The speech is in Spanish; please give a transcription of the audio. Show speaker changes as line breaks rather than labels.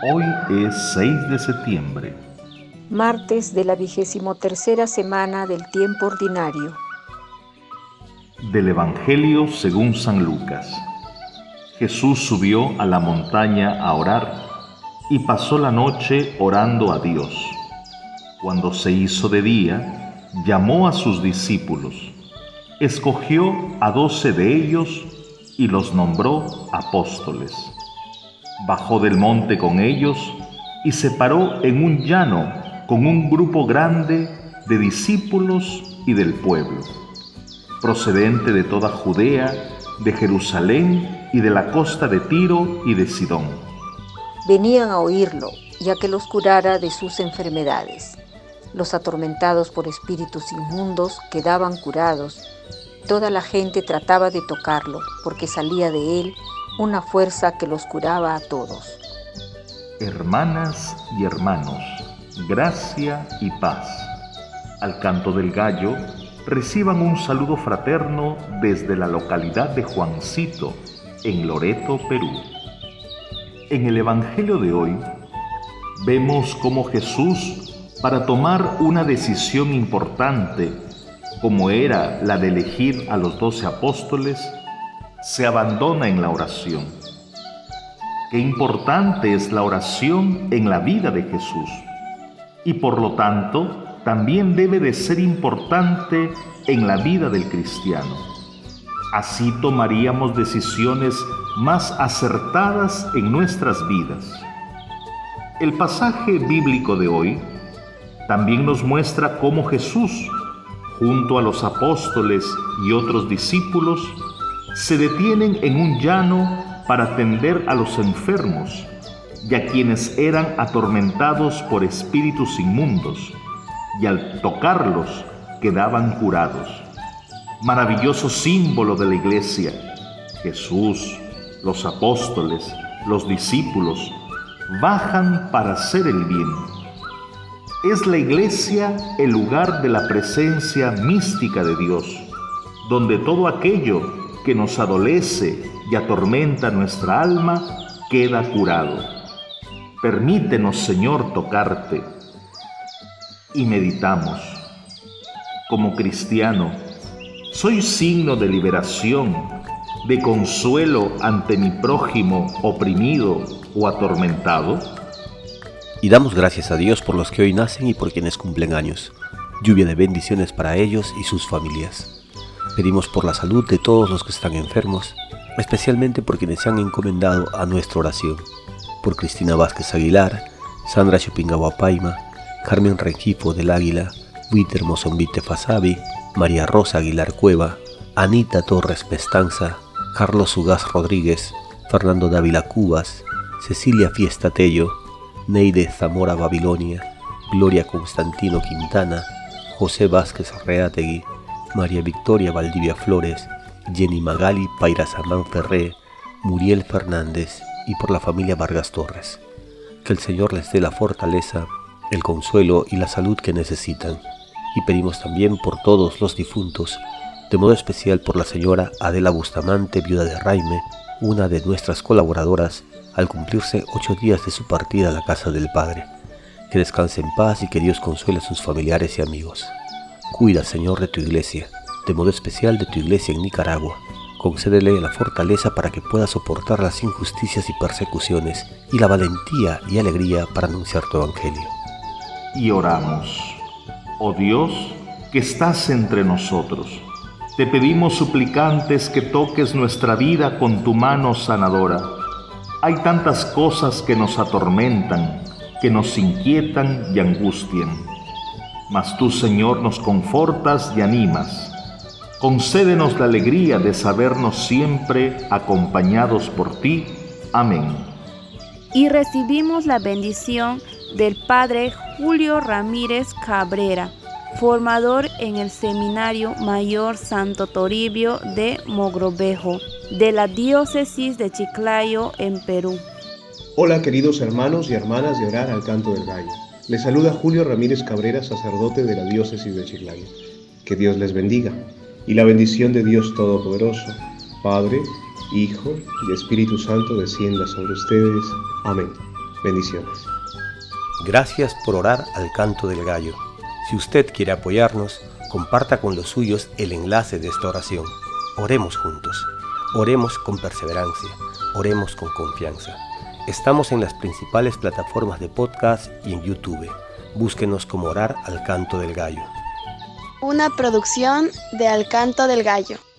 Hoy es 6 de septiembre.
Martes de la 23ª semana del tiempo ordinario.
Del Evangelio según San Lucas. Jesús subió a la montaña a orar y pasó la noche orando a Dios. Cuando se hizo de día, llamó a sus discípulos, escogió a 12 de ellos y los nombró apóstoles. Bajó del monte con ellos y se paró en un llano con un grupo grande de discípulos y del pueblo, procedente de toda Judea, de Jerusalén y de la costa de Tiro y de Sidón.
Venían a oírlo, ya que los curara de sus enfermedades. Los atormentados por espíritus inmundos quedaban curados. Toda la gente trataba de tocarlo, porque salía de él una fuerza que los curaba a todos.
Hermanas y hermanos, gracia y paz. Al canto del gallo, reciban un saludo fraterno desde la localidad de Juancito, en Loreto, Perú. En el Evangelio de hoy, vemos cómo Jesús, para tomar una decisión importante, como era la de elegir a los 12 apóstoles, se abandona en la oración. Qué importante es la oración en la vida de Jesús, y por lo tanto, también debe de ser importante en la vida del cristiano. Así tomaríamos decisiones más acertadas en nuestras vidas. El pasaje bíblico de hoy también nos muestra cómo Jesús, junto a los apóstoles y otros discípulos, se detienen en un llano para atender a los enfermos y a quienes eran atormentados por espíritus inmundos, y al tocarlos quedaban curados. Maravilloso símbolo de la Iglesia. Jesús, los apóstoles, los discípulos bajan para hacer el bien. Es la Iglesia el lugar de la presencia mística de Dios, donde todo aquello que nos adolece y atormenta nuestra alma queda curado. Permítenos, Señor, tocarte. Y meditamos. Como cristiano, ¿soy signo de liberación, de consuelo ante mi prójimo oprimido o atormentado?
Y damos gracias a Dios por los que hoy nacen y por quienes cumplen años. Lluvia de bendiciones para ellos y sus familias. Pedimos por la salud de todos los que están enfermos, especialmente por quienes se han encomendado a nuestra oración. Por Cristina Vázquez Aguilar, Sandra Chupingawa Paima, Carmen Rengifo del Águila, Witer Mozombite Fasabi, María Rosa Aguilar Cueva, Anita Torres Mestanza, Carlos Ugaz Rodríguez, Fernando Dávila Cubas, Cecilia Fiesta Tello, Neide Zamora Babilonia, Gloria Constantino Quintana, José Vázquez Arreategui, María Victoria Valdivia Flores, Jenny Magali Pairasamán Ferré, Muriel Fernández y por la familia Vargas Torres. Que el Señor les dé la fortaleza, el consuelo y la salud que necesitan. Y pedimos también por todos los difuntos, de modo especial por la señora Adela Bustamante, viuda de Raime, una de nuestras colaboradoras, al cumplirse 8 días de su partida a la casa del Padre. Que descanse en paz y que Dios consuele a sus familiares y amigos. Cuida, Señor, de tu iglesia, de modo especial de tu iglesia en Nicaragua. Concédele la fortaleza para que pueda soportar las injusticias y persecuciones y la valentía y alegría para anunciar tu evangelio.
Y oramos. Oh Dios, que estás entre nosotros, te pedimos suplicantes que toques nuestra vida con tu mano sanadora. Hay tantas cosas que nos atormentan, que nos inquietan y angustian. Mas tú, Señor, nos confortas y animas. Concédenos la alegría de sabernos siempre acompañados por ti. Amén.
Y recibimos la bendición del Padre Julio Ramírez Cabrera, formador en el Seminario Mayor Santo Toribio de Mogrovejo, de la Diócesis de Chiclayo, en Perú.
Hola, queridos hermanos y hermanas de Orar al Canto del Gallo. Les saluda Julio Ramírez Cabrera, sacerdote de la Diócesis de Chiclayo. Que Dios les bendiga. Y la bendición de Dios Todopoderoso, Padre, Hijo y Espíritu Santo descienda sobre ustedes. Amén. Bendiciones.
Gracias por orar al canto del gallo. Si usted quiere apoyarnos, comparta con los suyos el enlace de esta oración. Oremos juntos. Oremos con perseverancia. Oremos con confianza. Estamos en las principales plataformas de podcast y en YouTube. Búsquenos como Orar al Canto del Gallo.
Una producción de Al Canto del Gallo.